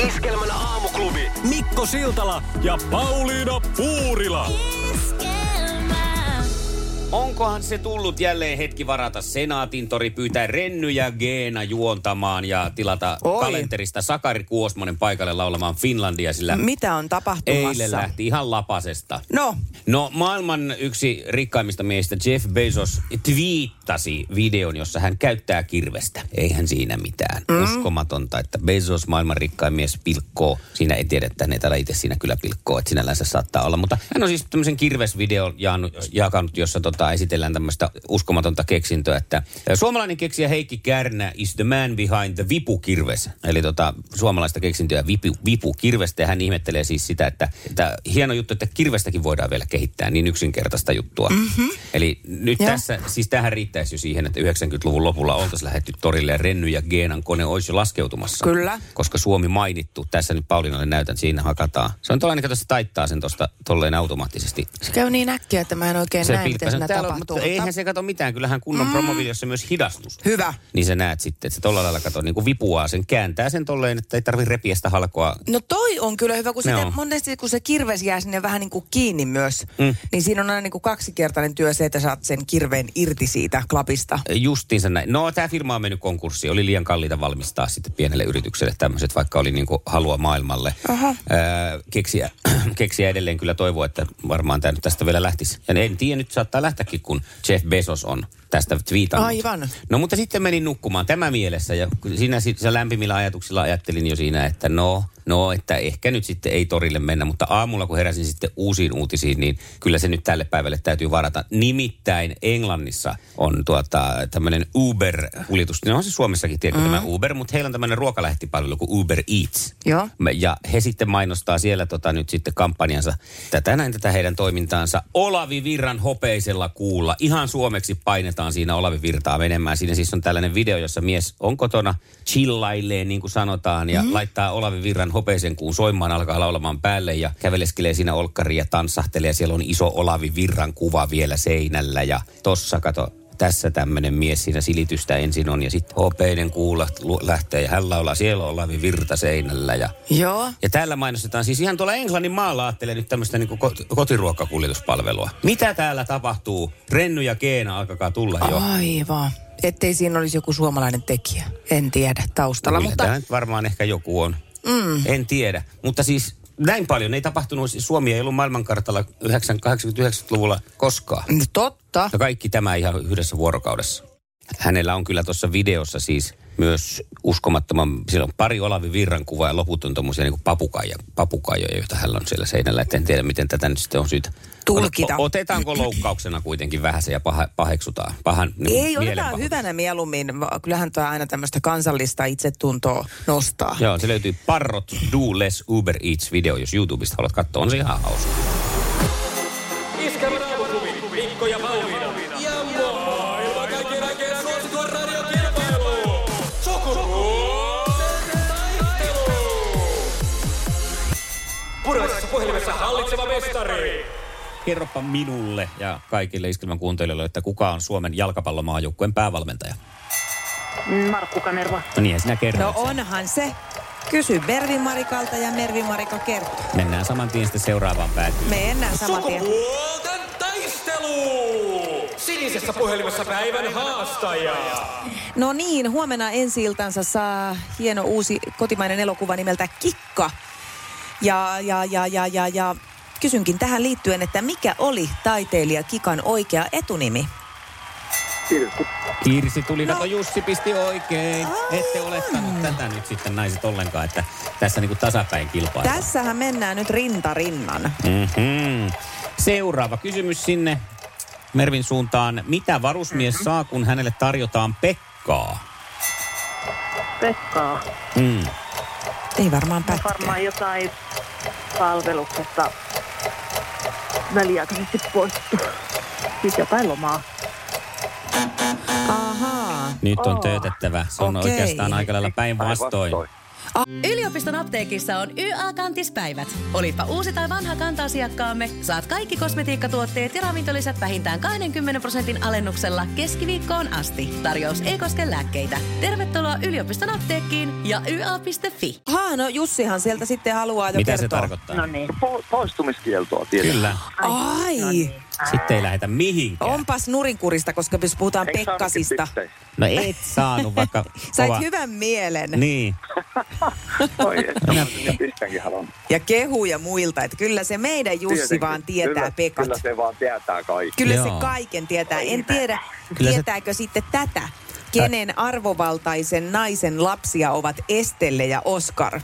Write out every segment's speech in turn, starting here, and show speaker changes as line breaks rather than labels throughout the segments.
Iskelmän aamuklubi.
Mikko Siltala ja Pauliina Puurila.
Onkohan se tullut jälleen hetki varata Senaatintori, pyytää Renny ja Geena juontamaan ja tilata kalenterista Sakari Kuosmanen paikalle laulamaan Finlandia, sillä
mitä on tapahtumassa?
Eilen lähti ihan lapasesta.
No,
maailman yksi rikkaimmista miehistä Jeff Bezos twiittasi videon, jossa hän käyttää kirvestä. Eihän siinä mitään. Uskomatonta, että Bezos, maailman rikkain mies, pilkkoo. Siinä ei tiedä, että hän ei täällä itse siinä kyllä pilkkoo, että sinällänsä saattaa olla. Mutta hän on siis tämmöisen kirvesvideon jakanut, jossa esitellään tämmöistä uskomatonta keksintöä, että suomalainen keksijä Heikki Kärnä is the man behind the vipukirves. Eli suomalaista keksintöä vipukirvestä, ja hän ihmettelee siis sitä, että hieno juttu, että kirvestäkin voidaan vielä kehittää, niin yksinkertaista juttua. Mm-hmm. Eli nyt tässä, siis tähän riittäisi jo siihen, että 90-luvun lopulla oltaisiin lähdetty torille ja Renny ja Geenan kone olisi jo laskeutumassa.
Kyllä.
Koska Suomi mainittu, tässä nyt Pauliinalle näytän, siinä hakataan. Se on tollainen, että se taittaa sen tosta tolleen automaattisesti.
Se käy niin äkkiä, että mä en oikein näe, miten siinä tapahtuu.
Mutta eihän se kato mitään, kyllähän kunnon promovideossa myös hidastus.
Hyvä.
Niin sä näet sitten, että se tolla lailla kato niin kuin vipuaa sen, kääntää sen tolleen, että ei tarvitse repiä sitä halkoa.
No toi on kyllä hyvä, kun monesti kun se kirves jää sinne vähän niin kuin kiinni myös, niin siinä on aina niin kuin kaksikertainen työ se, että saat sen kirveen irti siitä klapista.
Justiinsa näin. No tämä firma on mennyt konkurssiin, oli liian kalliita valmistaa sitten pienelle yritykselle tämmöiset, vaikka oli niin kuin halua maailmalle. Keksiä edelleen kyllä toivoo, että varmaan tämä nyt tästä vielä lähtisi. Ja en tiedä, nyt saattaa lähtäkin, kun Jeff Bezos on tästä twiitannut.
Aivan.
No mutta sitten menin nukkumaan tämä mielessä ja siinä lämpimillä ajatuksilla ajattelin jo siinä, että että ehkä nyt sitten ei torille mennä, mutta aamulla kun heräsin sitten uusiin uutisiin, niin kyllä se nyt tälle päivälle täytyy varata. Nimittäin Englannissa on tämmöinen Uber-kuljetus. No on se Suomessakin tietenkin tämä Uber, mutta heillä on tämmöinen ruokalähettipalvelu kuin Uber Eats.
Joo.
Ja he sitten mainostaa siellä nyt sitten kampanjansa tätä heidän toimintaansa Olavi Virran hopeisella kuulla. Ihan suomeksi painetaan siinä Olavi Virtaa menemään. Siinä siis on tällainen video, jossa mies on kotona chillailee, niin kuin sanotaan, ja laittaa Olavi Virran hopeisen kuun soimaan, alkaa laulamaan päälle ja käveleskelee siinä olkkariin ja tanssahtelee. Ja siellä on iso Olavi Virran kuva vielä seinällä ja tossa kato. Tässä tämmöinen mies siinä silitystä ensin on ja sitten hopeinen kuulla lähtee ja hän laulaa, siellä on Olavi Virta seinällä.
Joo.
Ja täällä mainostetaan siis ihan tuolla Englannin maalla ajattelee nyt tämmöistä niin kuin kotiruokkakuljetuspalvelua. Mitä täällä tapahtuu? Renny ja Geena, alkakaa tulla jo.
Aivan. Ettei siinä olisi joku suomalainen tekijä. En tiedä taustalla.
No, mutta varmaan ehkä joku on. En tiedä. Mutta siis näin paljon ei tapahtunut. Suomi ei ollut maailmankartalla 80-90-luvulla koskaan.
Totta.
Ja kaikki tämä ihan yhdessä vuorokaudessa. Hänellä on kyllä tuossa videossa siis myös uskomattoman, siellä on pari Olavi Virran kuvaa ja loput on tommosia niin kuin papukaijoja, joita hän on siellä seinällä. Et en tiedä, miten tätä nyt sitten on syytä
tulkita.
Otetaanko loukkauksena kuitenkin vähän se ja paheksutaan?
Ei, otetaan hyvänä mieluummin. Kyllähän tuo aina tämmöistä kansallista itsetuntoa nostaa.
Joo, se löytyy Parrot Do Less Uber Eats video, jos YouTubesta haluat katsoa. On se ihan hauska.
Iskelmän aamuklubi, Mikko ja Pauliina. Ja maailman kaikkien aikeen suosituen radiokilpailu. Sukupuolten taistelu. Puraisessa puhelimessa hallitseva mestari.
Kerropa minulle ja kaikille Iskelmän kuuntelijoille, että kuka on Suomen jalkapallomaajoukkueen päävalmentaja?
Markku Kanerva.
No niin, sinä kerroit
No onhan se. Kysy Mervi-Marikalta ja Mervi-Marika kertoo.
Mennään saman tien sitten seuraavaan päätyyn.
Mennään saman tien.
Sukupuolten taistelu. Sinisessä puhelimessa päivän haastaja.
No niin, huomenna ensi-iltansa saa hieno uusi kotimainen elokuva nimeltä Kikka. Ja kysynkin tähän liittyen, että mikä oli taiteilija Kikan oikea etunimi?
Kirsi tuli, kato Jussi pisti oikein. Ette olettanut tätä nyt sitten naiset ollenkaan, että tässä niinku tasapäin kilpaillaan.
Tässähän mennään nyt rinta rinnan.
Seuraava kysymys sinne Mervin suuntaan. Mitä varusmies saa, kun hänelle tarjotaan Pekkaa?
Pekkaa.
Ei varmaan pätkää.
Varmaan jotain palveluksesta väliaikaisesti poistettu. Siis jotain lomaa.
Ahaa.
Nyt on töötettävä. Se on oikeastaan aika lailla päinvastoin.
Yliopiston apteekissa on YA-kantispäivät. Olipa uusi tai vanha kanta-asiakkaamme, saat kaikki kosmetiikkatuotteet ja ravintolisät vähintään 20% alennuksella keskiviikkoon asti. Tarjous ei koske lääkkeitä. Tervetuloa yliopiston apteekkiin ja YA.fi.
No Jussihan sieltä sitten haluaa jo
Mitä
kertoa.
se tarkoittaa?
No niin.
Poistumiskieltoa tietysti.
Kyllä.
Ai.
Sitten ei lähetä mihinkään.
Onpas nurinkurista, koska jos puhutaan
Eikö
Pekkasista.
saanutkin
No et saanut vaikka
Sait
kova...
hyvän mielen
Niin.
Oi, että mä sinne pistänkin haluan.
ja kehuja muilta, että kyllä se meidän Jussi
Tietenkin.
vaan tietää Pekat.
Kyllä se vaan tietää kaikki.
Kyllä
Joo.
se kaiken tietää. En tiedä,
Kyllä se-
tietääkö sitten tätä, kenen arvovaltaisen naisen lapsia ovat Estelle ja Oskar.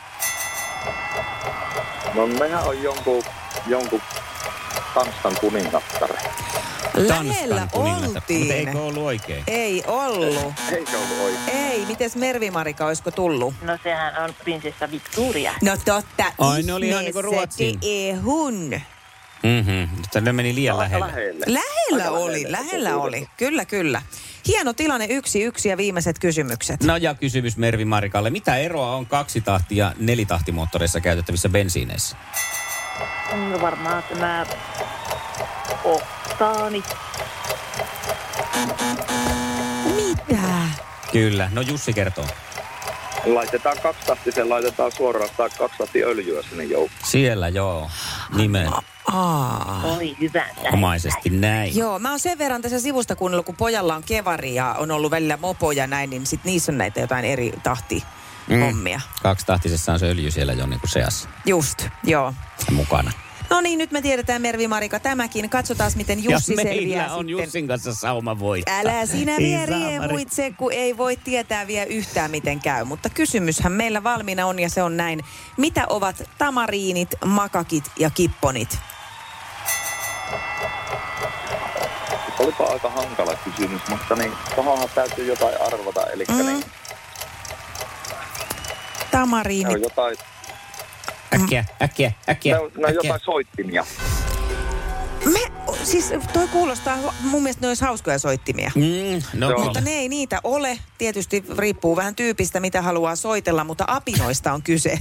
No mehän on jonkun Tanskan kuningattare.
Lähellä
Tanskan kuningatar. Mutta
oltiin.
eikö ollut oikein?
Ei ollut.
Eikö ollut oikein?
Ei, mites Mervi-Marika, olisiko tullut?
No sehän on prinsessa Victoria.
No totta.
Ai, ne oli ihan niinku Ruotsiin.
Det är hun.
Mutta ne meni liian lähelle.
Lähellä
Aika
oli, lähellä oli. Kyllä, kyllä. Hieno tilanne 1-1 ja viimeiset kysymykset.
No ja kysymys Mervi Marikalle. Mitä eroa on 2-tahti- ja 4-tahtimoottoreissa käytettävissä bensiineissä?
No varmaan tämä oktaani.
Mitä?
Kyllä. No Jussi kertoo.
Laitetaan kaksitahtiseen, laitetaan suoraan 2 tahtia öljyä sinne joukkoon.
Siellä joo. Nimen.
Oi hyvä.
Omaisesti näin.
Joo, mä oon sen verran tässä sivusta kuunnellut, kun pojalla on kevari ja on ollut välillä mopoja näin, niin sit niissä on näitä jotain eri tahtihommia.
2-tahtisessa on se öljy siellä jo niin kuin seassa
Just, joo.
mukana.
No niin, nyt me tiedetään Mervi-Marika tämäkin. Katsotaan, miten Jussi
ja
selviää
meillä on
sitten.
Jussin kanssa sauma voittaa.
Älä sinä
Ei
vie
saamari.
riemuitse, kun ei voi tietää vielä yhtään miten käy. Mutta kysymyshän meillä valmiina on ja se on näin. Mitä ovat tamariinit, makakit ja kipponit?
Olipa aika hankala kysymys, mutta niin, tohonhan täytyy jotain arvata. Eli niin, ne
Tamariinit.
on jotain,
Äkkiä.
ne on jotain soittimia.
Siis toi kuulostaa, mun mielestä ne olisi hauskoja soittimia.
No
Joo.
Mutta ne ei niitä ole. Tietysti riippuu vähän tyypistä, mitä haluaa soitella, mutta apinoista on kyse.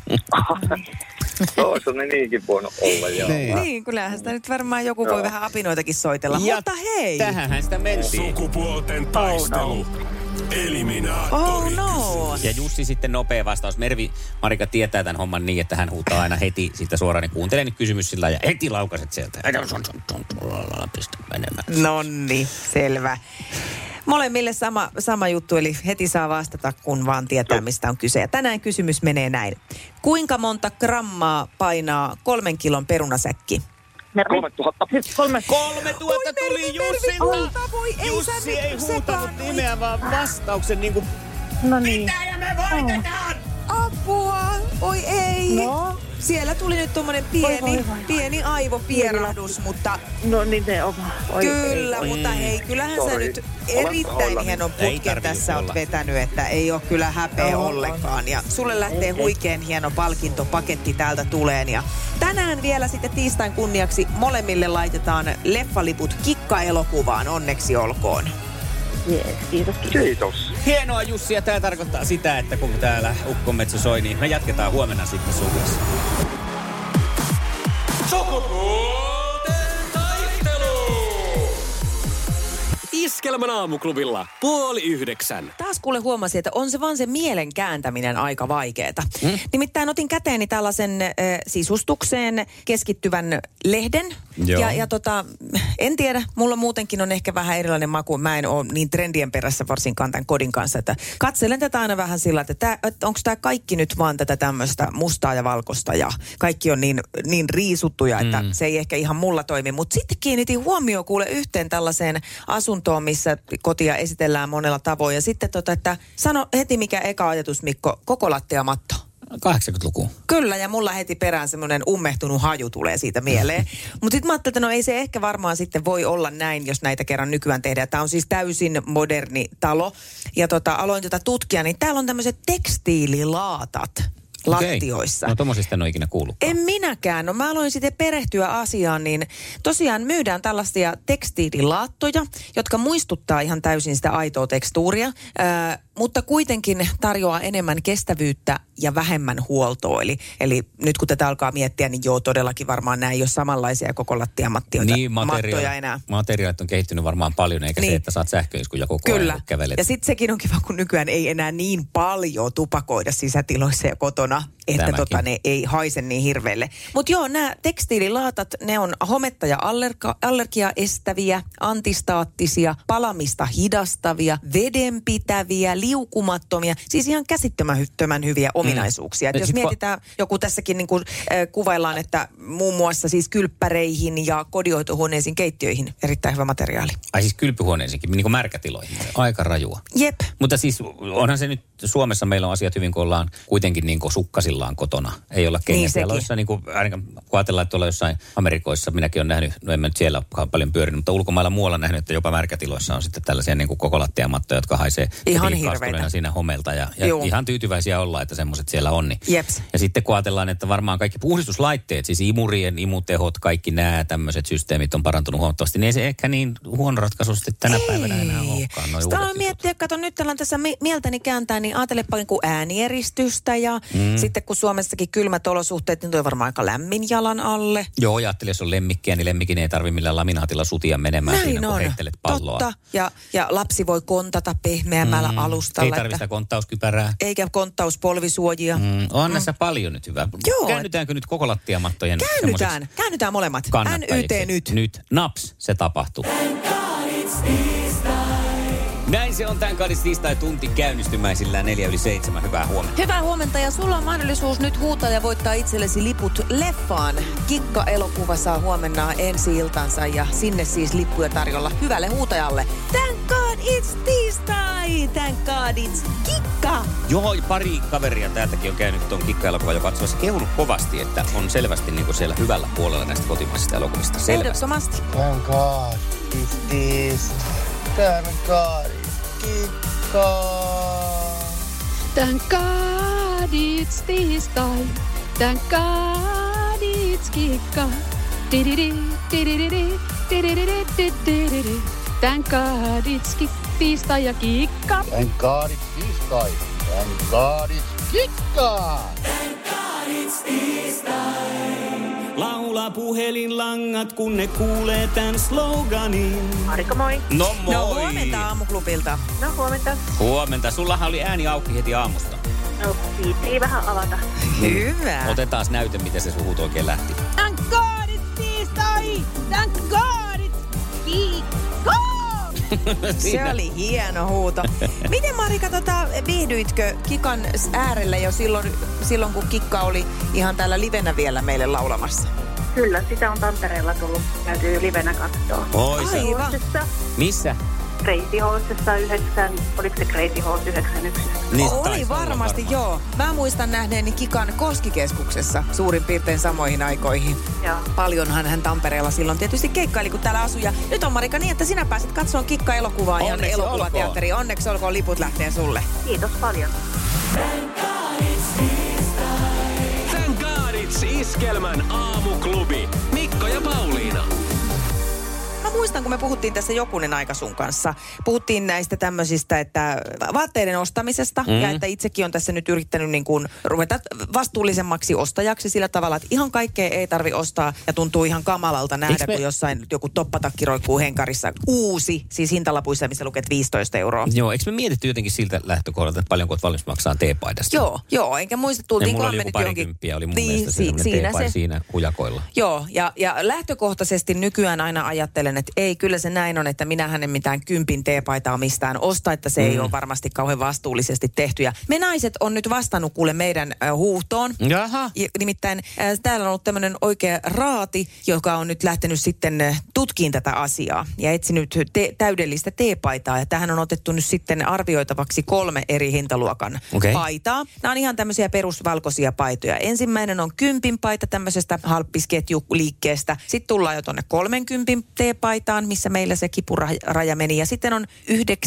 Olisi ne niinkin voinut olla, joo.
Niin, kyllähän sitä nyt varmaan joku voi vähän apinoitakin soitella.
Ja
mutta hei!
tähänhän sitä mentiin.
Sukupuolten taistelu. Eliminaattori.
Oh no!
Ja Jussi sitten nopea vastaus. Mervi Marika tietää tämän homman niin, että hän huutaa aina heti siitä suoraan. Niin kuuntelee nyt kysymys sillä ja heti laukaset sieltä. Pistä menemään.
Nonni, selvä. Molemmille sama juttu, eli heti saa vastata, kun vaan tietää, mistä on kyse. Ja tänään kysymys menee näin. Kuinka monta grammaa painaa 3 kilon perunasäkki?
3000.
3000 tuli Jussilta! Jussi ei huutanut nimeä, vaan vastauksen niin kuin...
No niin.
Mitä ja me voitetaan?
Apua! Oi ei!
No?
Siellä tuli nyt tommonen pieni aivopierahdus, mutta
No nimenomaan. Oi,
kyllä, mutta hei, kyllähän sä
Sori.
nyt
Olen
erittäin
pahoillani.
hienon
Ei
putken
tarvitse
tässä
olla.
oot vetänyt, että ei ole kyllä häpeä ollenkaan. Ja sulle lähtee huikean hieno palkintopaketti täältä tuleen. Ja tänään vielä sitten tiistain kunniaksi molemmille laitetaan leffaliput Kikka-elokuvaan. Onneksi olkoon.
Jees, kiitos.
Kiitos.
Hienoa Jussi, ja tämä tarkoittaa sitä, että kun täällä ukkometso soi, niin me jatketaan huomenna sitten suhdessa.
Sukupuolten taistelu! Iskelmän aamuklubilla 8:30.
Taas kuule huomasin, että on se vaan se mielen kääntäminen aika vaikeeta. Nimittäin otin käteeni tällaisen sisustukseen keskittyvän lehden.
Joo.
Ja en tiedä, mulla muutenkin on ehkä vähän erilainen maku. Mä en ole niin trendien perässä varsinkaan tämän kodin kanssa. Että katselen tätä aina vähän sillä, että onko tämä kaikki nyt vaan tätä tämmöistä mustaa ja valkoista. Ja kaikki on niin riisuttuja, että se ei ehkä ihan mulla toimi. Mutta sitten kiinnitin huomioon kuule yhteen tällaiseen asuntoon, missä kotia esitellään monella tavoin. Ja sitten että sano heti mikä eka ajatus, Mikko, koko lattiamatto.
80-luku.
Kyllä, ja mulla heti perään semmoinen ummehtunut haju tulee siitä mieleen. Mutta sitten mä ajattelin, että no ei se ehkä varmaan sitten voi olla näin, jos näitä kerran nykyään tehdään. Tämä on siis täysin moderni talo. Ja aloin tutkia, niin täällä on tämmöiset tekstiililaatat. lattioissa.
No tommosista en ole ikinä kuullut.
En minäkään. No mä aloin sitten perehtyä asiaan, niin tosiaan myydään tällaisia tekstiililaattoja, jotka muistuttaa ihan täysin sitä aitoa tekstuuria, mutta kuitenkin tarjoaa enemmän kestävyyttä ja vähemmän huoltoa. Eli nyt kun tätä alkaa miettiä, niin joo, todellakin varmaan nämä ei ole samanlaisia koko lattiamattoja enää.
Materiaalit on kehittynyt varmaan paljon, eikä se, että saat sähköiskuja koko ajan kävelet.
Ja sitten sekin on kiva, kun nykyään ei enää niin paljon tupakoida sisätiloissa ja kotona, että ne ei haise niin hirveelle. Mutta joo, nämä tekstiililaatat, ne on hometta ja allergia estäviä, antistaattisia, palamista hidastavia, vedenpitäviä, liukumattomia, siis ihan käsittämättömän hyviä ominaisuuksia. Jos mietitään, joku tässäkin niin kuin, kuvaillaan, että muun muassa siis kylppäreihin ja kodinhoitohuoneisiin, keittiöihin erittäin hyvä materiaali.
Ai siis kylpyhuoneisiinkin, niin kuin märkätiloihin. Aika rajua.
Jep.
Mutta siis onhan se nyt, Suomessa meillä on asiat hyvin, kun ollaan kuitenkin niin kuin sukkasillaan kotona. Ei olla kengätiloissa, niin kuin ainakaan kun ajatellaan, että tuolla jossain Amerikoissa, minäkin olen nähnyt, no en mä nyt siellä ole paljon pyörinyt, mutta ulkomailla muualla nähnyt, että jopa märkätiloissa on sitten tällaisia niin kuin koko lattiamattoja, jotka haisee
ihan hirveitä
siinä homelta ja ihan tyytyväisiä ollaan, että semmoiset siellä on. Niin.
Jeps.
Ja sitten kun ajatellaan, että varmaan kaikki puhdistuslaitteet, siis imurien, imutehot, kaikki nämä tämmöiset systeemit on parantunut huomattavasti, niin ei se ehkä niin huono ratkaisu sitten tänä päivänä enää olekaan.
Sitä on miettiä, kato nyt tällä tässä mieltäni kääntää, niin ajattelepa niin kuin äänieristystä ja sitten kun Suomessakin kylmät olosuhteet, niin toi varmaan aika lämmin jalan alle.
Joo, ajattelin, jos on lemmikkiä, niin lemmikin ei tarvitse millään laminaatilla sutia menemään
näin
siinä, kun heittelet palloa.
Totta. Ja lapsi voi kontata pehmeämmällä alustalla.
Ei tarvitse konttauskypärää.
Eikä konttauspolvisuojia.
On näissä paljon nyt hyvää.
Joo.
Käännytäänkö nyt koko lattiamattojen?
Käännytään molemmat. NYT nyt.
Nyt. Naps, se tapahtuu. Näin se on tämän kaadis tiistai-tunti käynnistymäisillään 6:04. Hyvää huomenta.
Hyvää huomenta ja sulla on mahdollisuus nyt huutaa ja voittaa itsellesi liput leffaan. Kikka-elokuva saa huomenna ensi-iltansa ja sinne siis lippuja tarjolla hyvälle huutajalle. Thank God it's tiistai! Thank God it's Kikka!
Joo, pari kaveria täältäkin on käynyt tuon Kikka-elokuvan jo katsomassa. Kehunut kovasti, että on selvästi niin kuin siellä hyvällä puolella näistä kotimaisista elokuvista.
Ehdottomasti.
Thank God it's tiistai. Thank God it's Kikka.
Thank God it's tiistai. Thank God it's Kikka. Dididi, dididi, dididi, dididi. Thank God it's tiistai ja Kikka.
Thank God it's tiistai. Thank God it's Kikka.
Thank God it's tiistai. Laula puhelinlangat, kun ne kuulee tän sloganin.
Marika, moi.
No moi.
No huomenta Aamuklubilta.
No huomenta.
Huomenta. Sullahan oli ääni auki heti aamusta.
No viittiin vähän avata.
Hyvä.
Otetaan näyte, miten se huuto oikein lähti.
Thank God it's tiistai. Thank God it's Kikka.
Se oli hieno huuto. Miten Marika, viihdyitkö Kikan äärelle jo silloin, kun Kikka oli ihan täällä livenä vielä meille laulamassa?
Kyllä, sitä on Tampereella tullut. Täytyy livenä katsoa.
Oi se.
Aivan.
Missä?
Crazy Horsessa 9, oliko se Crazy Horse 91?
Niin,
Oli varmasti, joo. Mä muistan nähneeni Kikan Koskikeskuksessa suurin piirtein samoihin aikoihin.
Joo.
Paljonhan hän Tampereella silloin tietysti keikkaili, kun täällä asui. Ja nyt on Marika niin, että sinä pääset katsomaan Kikka-elokuvaa ja elokuvateatteriin. Onneksi olkoon, liput lähtee sulle.
Kiitos paljon.
Thank God it's Iskelmän aamuklubi. Mikko ja Pauliina.
Mä muistan, kun me puhuttiin tässä jokunen aika sun kanssa. Puhuttiin näistä tämmöisistä, että vaatteiden ostamisesta ja että itsekin on tässä nyt yrittänyt niin kuin ruveta vastuullisemmaksi ostajaksi sillä tavalla, että ihan kaikkea ei tarvi ostaa ja tuntuu ihan kamalalta nähdä, kun jossain joku toppatakki roikkuu henkarissa. Uusi, siis hintalapuissa, missä luket 15 €.
Joo, eikö me mietitty jotenkin siltä lähtökohdalta, että paljonko olet valmis maksaa teepaidasta?
Joo, enkä muista, tultiin
mulla oli joku parikymppiä, oli mun mielestä siinä hujakoilla.
Joo, ja lähtökohtaisesti nykyään aina ajattelen, että ei, kyllä se näin on, että minähän en mitään 10 teepaitaa mistään osta, että se ei ole varmasti kauhean vastuullisesti tehty. Ja me naiset on nyt vastannut kuule meidän huuhtoon.
Jaha.
Nimittäin täällä on ollut tämmöinen oikea raati, joka on nyt lähtenyt sitten tutkiin tätä asiaa ja etsinyt täydellistä teepaitaa. Ja tähän on otettu nyt sitten arvioitavaksi 3 eri hintaluokan paitaa. Nämä on ihan tämmöisiä perusvalkoisia paitoja. Ensimmäinen on 10 paita tämmöisestä halppisketjuliikkeestä. Sitten tullaan jo tuonne 30 teepaitaan. teepaitaan, missä meillä se kipuraja meni. Ja sitten on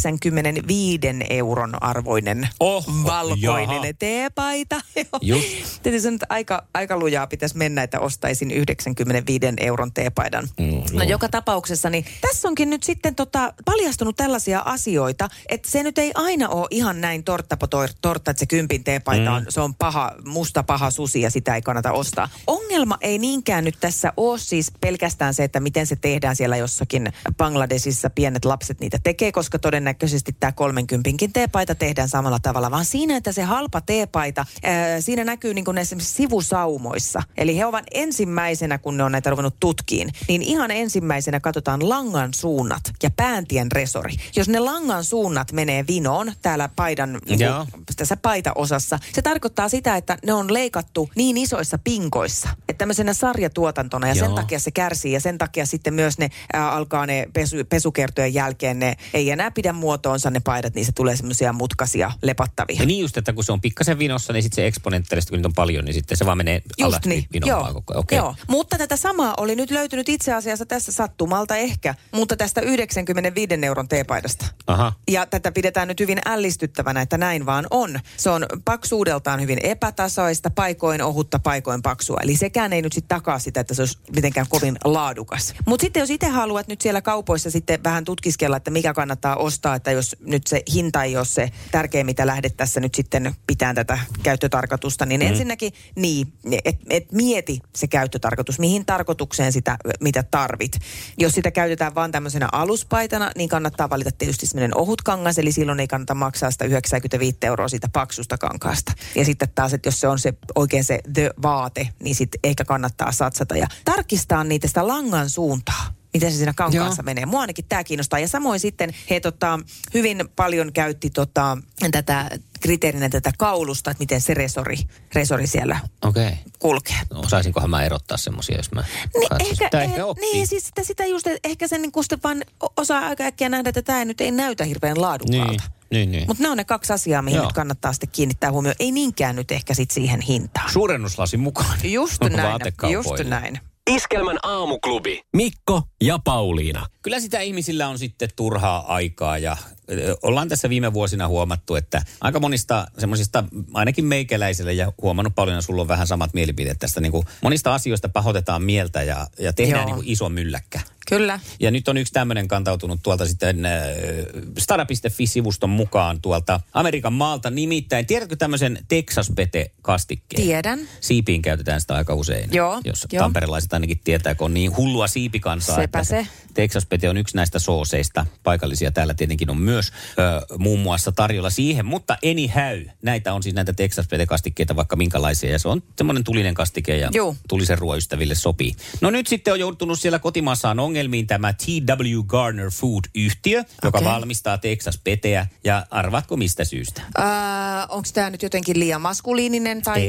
95 euron arvoinen valkoinen teepaita. Tietysti se nyt aika lujaa pitäisi mennä, että ostaisin 95 euron teepaidan. No joka tapauksessa, niin tässä onkin nyt sitten paljastunut tällaisia asioita, että se nyt ei aina ole ihan näin tortta, että se 10 teepaita on, se on musta paha susi ja sitä ei kannata ostaa. Ongelma ei niinkään nyt tässä ole siis pelkästään se, että miten se tehdään siellä jossakin Bangladesissa, pienet lapset niitä tekee, koska todennäköisesti tämä 30 teepaita tehdään samalla tavalla, vaan siinä, että se halpa teepaita, siinä näkyy niin kuin esimerkiksi sivusaumoissa. Eli he ovat ensimmäisenä, kun ne on näitä ruvennut tutkiin, niin ihan ensimmäisenä katsotaan langan suunnat ja pääntien resori. Jos ne langan suunnat menee vinoon täällä paidan, tässä paitaosassa, se tarkoittaa sitä, että ne on leikattu niin isoissa pinkoissa, että tämmöisenä sarjatuotantona ja sen takia se kärsii ja sen takia sitten myös ne alkaa ne pesukertojen jälkeen, ne ei enää pidä muotoonsa ne paidat, niin se tulee semmoisia mutkaisia, lepattavia.
Ja niin just, että kun se on pikkasen vinossa, niin sitten se eksponenttisesti, kun nyt on paljon, niin sitten se vaan menee alas vinoon koko ajan.
Joo, mutta tätä samaa oli nyt löytynyt itse asiassa tässä sattumalta ehkä, mutta tästä 95 euron teepaidasta.
Aha.
Ja tätä pidetään nyt hyvin ällistyttävänä, että näin vaan on. Se on paksuudeltaan hyvin epätasaista, paikoin ohutta, paikoin paksua. Eli sekään ei nyt sitten takaa sitä, että se olisi mitenkään kovin laadukas. Mutta sitten jos itse haluat nyt siellä kaupoissa sitten vähän tutkiskella, että mikä kannattaa ostaa, että jos nyt se hinta ei ole se tärkeä, mitä lähdet tässä nyt sitten pitää tätä käyttötarkoitusta, niin ensinnäkin et mieti se käyttötarkoitus, mihin tarkoitukseen sitä, mitä tarvit. Jos sitä käytetään vaan tämmöisenä aluspaitana, niin kannattaa valita tietysti semmoinen ohut kangas, eli silloin ei kannata maksaa sitä 95 € siitä paksusta kankaasta. Ja sitten taas, että jos se on se oikein se the-vaate, niin sitten ehkä kannattaa satsata ja tarkistaa niitä sitä langan suuntaa. Miten se siinä kankaassa menee. Mua ainakin tämä kiinnostaa. Ja samoin sitten he hyvin paljon käytti tätä kriteerinä tätä kaulusta, että miten se resori siellä kulkee.
No, osaisinkohan mä erottaa semmoisia, jos mä
Niin, siis sitä just, ehkä sen niin sitten vaan osaa aika äkkiä nähdä, että tämä nyt ei näytä hirveän laadukkaalta.
Niin.
Mutta ne on ne 2 asiaa, mihin nyt kannattaa sitten kiinnittää huomioon. Ei niinkään nyt ehkä sitten siihen hintaan.
Suurennuslasin mukaan.
Just näin.
Iskelmän aamuklubi. Mikko ja Pauliina.
Kyllä sitä ihmisillä on sitten turhaa aikaa ja ollaan tässä viime vuosina huomattu, että aika monista semmoisista, ainakin meikäläisille ja huomannut paljon, ja sulla on vähän samat mielipiteet tästä, niin kuin monista asioista pahoitetaan mieltä ja tehdään niin kuin iso mylläkkä.
Kyllä.
Ja nyt on yksi tämmöinen kantautunut tuolta sitten Stada.fi-sivuston mukaan tuolta Amerikan maalta. Nimittäin, tiedätkö tämmöisen Texas Pete-kastikkeen?
Tiedän.
Siipiin käytetään sitä aika usein.
Joo.
Jos tamperelaiset ainakin tietää, kun on niin hullua siipikansaa.
Sepä se.
Texas Pete on yksi näistä sooseista. Paikallisia täällä tietenkin on myös muun muassa tarjolla siihen. Mutta anyhow, näitä on siis näitä Texas Pete-kastikkeita vaikka minkälaisia. Ja se on semmoinen tulinen kastike ja tulisen ruoaystäville sopii. No nyt sitten on joutunut siellä kotimaassaan ongelmiin tämä T.W. Garner Food-yhtiö, joka valmistaa Texas Peteä. Ja arvaatko mistä syystä?
Onko tämä nyt jotenkin liian maskuliininen? Tai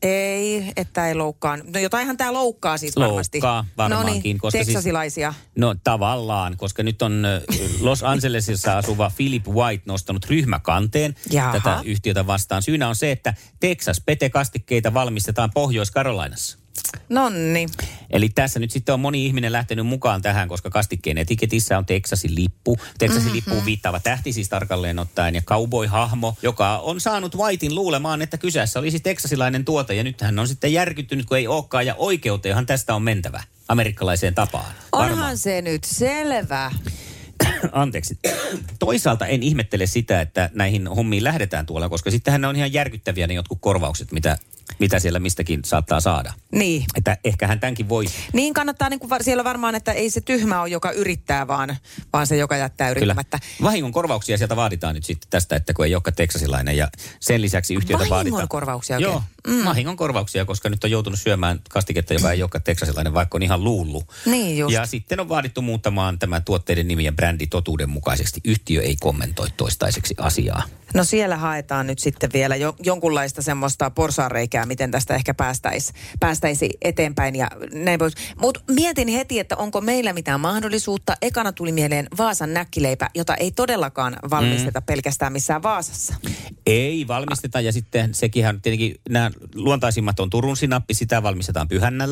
ei, että ei loukkaa. No jotainhan tämä loukkaa siis varmasti.
Loukkaa varmaankin.
Noniin, teksasilaisia.
No tavallaan, koska nyt on Los Angelesissa asuva Philip White nostanut ryhmäkanteen tätä yhtiötä vastaan. Syynä on se, että Texas Pete-kastikkeita valmistetaan Pohjois-Carolinassa.
Nonni.
Eli tässä nyt sitten on moni ihminen lähtenyt mukaan tähän, koska kastikkeen etiketissä on Texasin lippu. Texasin lippuun viittaava tähti siis tarkalleen ottaen ja cowboy-hahmo, joka on saanut Whitein luulemaan, että kyseessä olisi teksasilainen tuote. Ja nyt hän on sitten järkyttynyt, kun ei olekaan, ja oikeuteenhan tästä on mentävä amerikkalaiseen tapaan.
Onhan se nyt selvä.
Anteeksi. Toisaalta en ihmettele sitä, että näihin hommiin lähdetään tuolla, koska sittenhän ne on ihan järkyttäviä ne jotkut korvaukset, mitä siellä mistäkin saattaa saada.
Niin.
Että ehkähän tämänkin voi.
Niin kannattaa, niin kuin siellä varmaan, että ei se tyhmä ole, joka yrittää, vaan se, joka jättää yrittämättä.
Kyllä. Vahingon korvauksia sieltä vaaditaan nyt sitten tästä, että kun ei olekaan teksasilainen ja sen lisäksi yhtiötä vaaditaan.
Vahingon korvauksia oikein?
Joo, vahingon korvauksia, koska nyt on joutunut syömään kastiketta, joka ei olekaan teksasilainen, vaikka on ihan luullut.
Niin just.
Ja sitten on vaadittu muuttamaan tämän tuotteiden nimi ja brändi totuuden mukaisesti. Yhtiö ei kommentoi toistaiseksi asiaa.
No siellä haetaan nyt sitten vielä jonkunlaista semmoista porsaanreikää, miten tästä ehkä päästäisi eteenpäin ja näin pois. Mutta mietin heti, että onko meillä mitään mahdollisuutta. Ekana tuli mieleen Vaasan näkkileipä, jota ei todellakaan valmisteta pelkästään missään Vaasassa.
Ei valmisteta ja sitten sekinhän tietenkin nämä luontaisimmat on Turun sinappi, sitä valmistetaan Pyhännällä.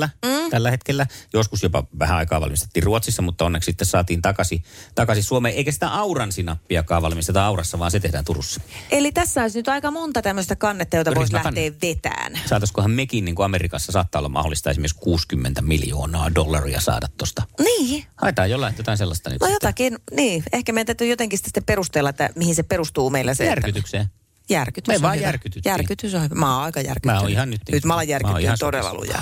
tällä hetkellä. Joskus jopa vähän aikaa valmistettiin Ruotsissa, mutta onneksi sitten saatiin takaisin Suomeen. Eikä sitä auran sinappiakaan valmisteta Aurassa, vaan se tehdään Turussa.
Eli tässä olisi nyt aika monta tämmöistä kannetta, jota voisi lähteä vetään.
Saataisikohan mekin, niin kuin Amerikassa saattaa olla mahdollista esimerkiksi $60 miljoonaa saada tosta.
Niin.
Haetaan jotain sellaista nyt.
No jotakin, niin. Ehkä meidän täytyy jotenkin sitten perustella, että mihin se perustuu meillä se.
Järkytykseen.
Järkytys
me
on
vaan
hyvä.
järkytyttiin.
Järkytys on hyvä. Mä oon aika järkyttynyt.
Mä oon ihan nyt.
Nyt mä oon järkyttynyt todella lujaa.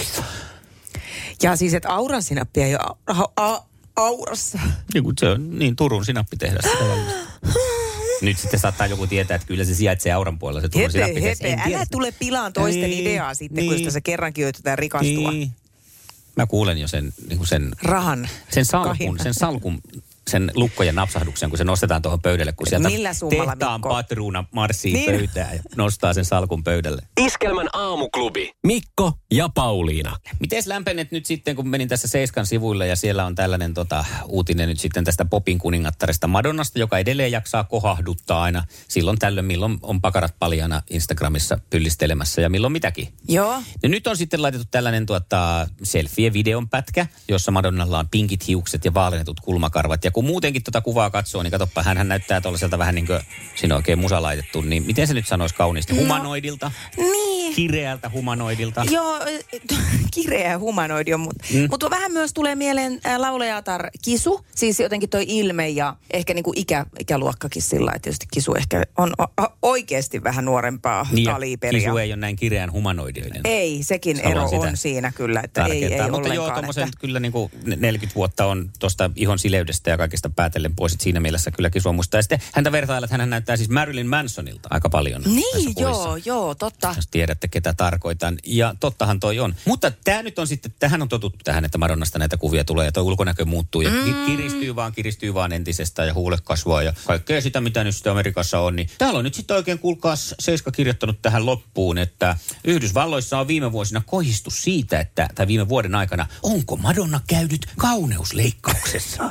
Ja siis, että auran sinappi ei ole Aurassa.
Se on niin Turun sinappitehdas sitä valmistaa. Nyt sitten saattaa joku tietää, että kyllä se sijaitsee Auran puolella se Turun sinappitehdas.
Älä tule pilaan toisten ideaa sitten, kun sitä kerrankin yritetään rikastua.
Niin. Mä kuulen jo sen
rahan.
Sen salkun, sen lukkojen napsahduksen, kun se nostetaan tuohon pöydälle, kun sieltä tehtaan patruuna marssii pöytään ja nostaa sen salkun pöydälle.
Iskelmän aamuklubi. Mikko ja Pauliina.
Mites lämpenet nyt sitten, kun menin tässä Seiskan sivuille ja siellä on tällainen uutinen nyt sitten tästä popin kuningattaresta Madonnasta, joka edelleen jaksaa kohahduttaa aina silloin tällöin, milloin on pakarat paljana Instagramissa pyllistelemässä ja milloin mitäkin.
Joo.
Ja nyt on sitten laitettu tällainen selfie-videon pätkä, jossa Madonnalla on pinkit hiukset ja vaalennetut kulmakarvat. Ja kun muutenkin kuvaa katsoo, niin katsoppa, hänhän näyttää tuollaiselta vähän niin kuin siinä oikein musa laitettu. Niin miten se nyt sanoisi kauniisti? Humanoidilta?
Niin.
Kireältä humanoidilta?
Joo, kireä humanoidi on, mutta vähän myös tulee mieleen laulajatar Kisu. Siis jotenkin toi ilme ja ehkä niinku ikäluokkakin sillä, että tietysti Kisu ehkä on oikeasti vähän nuorempaa kaliberia.
Kisu ei ole näin kireän humanoidioinen.
Ei, sekin ero on siinä kyllä, että ei ollenkaan.
Mutta joo, tommosen kyllä niinku 40 vuotta on tuosta ihon sileydestä ja kaikesta päätellen pois. Siinä mielessä kyllä Kisua muistaa. Ja sitten häntä vertailla, että hän näyttää siis Marilyn Mansonilta aika paljon.
Niin, joo, totta.
Jos tiedätte, ketä tarkoitan. Ja tottahan toi on. Mutta tämä nyt on sitten, tähän on totuttu tähän, että Madonnasta näitä kuvia tulee ja toi ulkonäkö muuttuu ja kiristyy vaan entisestään ja huulet kasvaa ja kaikkea sitä, mitä nyt sitten Amerikassa on. Niin täällä on nyt sitten oikein, kuulkaas, Seiska kirjoittanut tähän loppuun, että Yhdysvalloissa on viime vuosina kohistu siitä, tai viime vuoden aikana, onko Madonna käynyt kauneusleikkauksessa?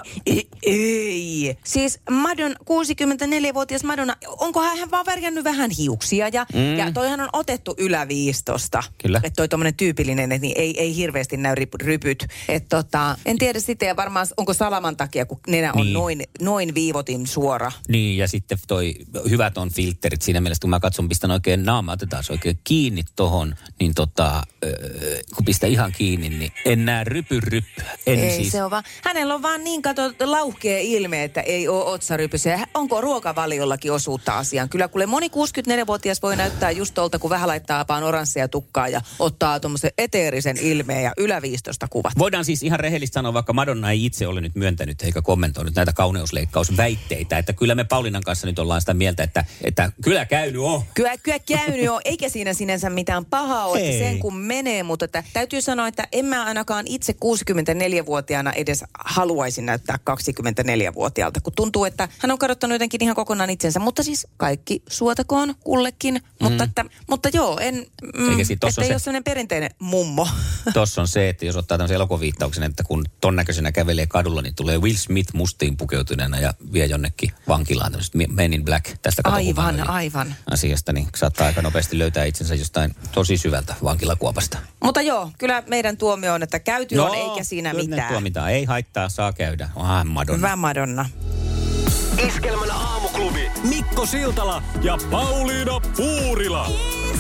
Ei. Siis 64-vuotias Madonna, onko hän vaan värjännyt vähän hiuksia ja toihan on otettu yläviistosta.
Kyllä.
Että toi tommonen tyypillinen, että niin ei hirveästi näy rypyt. Että en tiedä sitten ja varmaan onko salaman takia, kun nenä on noin viivotin suora.
Niin ja sitten toi hyvät on filterit siinä mielessä, kun mä katson, pistän oikein naama, otetaan se oikein kiinni tohon, niin kun pistää ihan kiinni, niin en näe rypyryppyä.
Ei se on vaan, hänellä on vaan niin lauhkea ilme, että ei ole otsarypyssä. Onko ruokavaliollakin osuutta asiaan? Kyllä kuule moni 64-vuotias voi näyttää just tuolta, kun vähän laittaa vaan oranssia tukkaa ja ottaa tuommoisen eteerisen ilmeen ja yläviistosta kuvat.
Voidaan siis ihan rehellisesti sanoa, vaikka Madonna ei itse ole nyt myöntänyt eikä kommentoinut näitä kauneusleikkausväitteitä, että kyllä me Paulinan kanssa nyt ollaan sitä mieltä, että kyllä käynyt on.
Kyllä käynyt on, eikä siinä sinänsä mitään pahaa ole, että sen kun menee, mutta täytyy sanoa, että en mä ainakaan itse 64-vuotiaana edes haluaisin näyttää 24-vuotiaalta, kun tuntuu, että hän on kadottanut jotenkin ihan kokonaan itsensä, mutta siis kaikki suotakoon kullekin, mutta joo, että ei ole sellainen perinteinen mummo.
Tossa on se, että jos ottaa tämmöisen elokuviittauksen, että kun ton näköisenä kävelee kadulla, niin tulee Will Smith mustiin pukeutuneena ja vie jonnekin vankilaan tämmöiset Men in Black tästä
aivan
asiasta, niin saattaa aika nopeasti löytää itsensä jostain tosi syvältä vankilakuopasta.
Mutta joo, kyllä meidän tuomio on, että käyty on eikä siinä mitään.
Ei haittaa, saa käydä. Madonna.
Hyvä Madonna.
Iskelmän aamuklubi. Mikko Siltala ja Pauliina Puurila.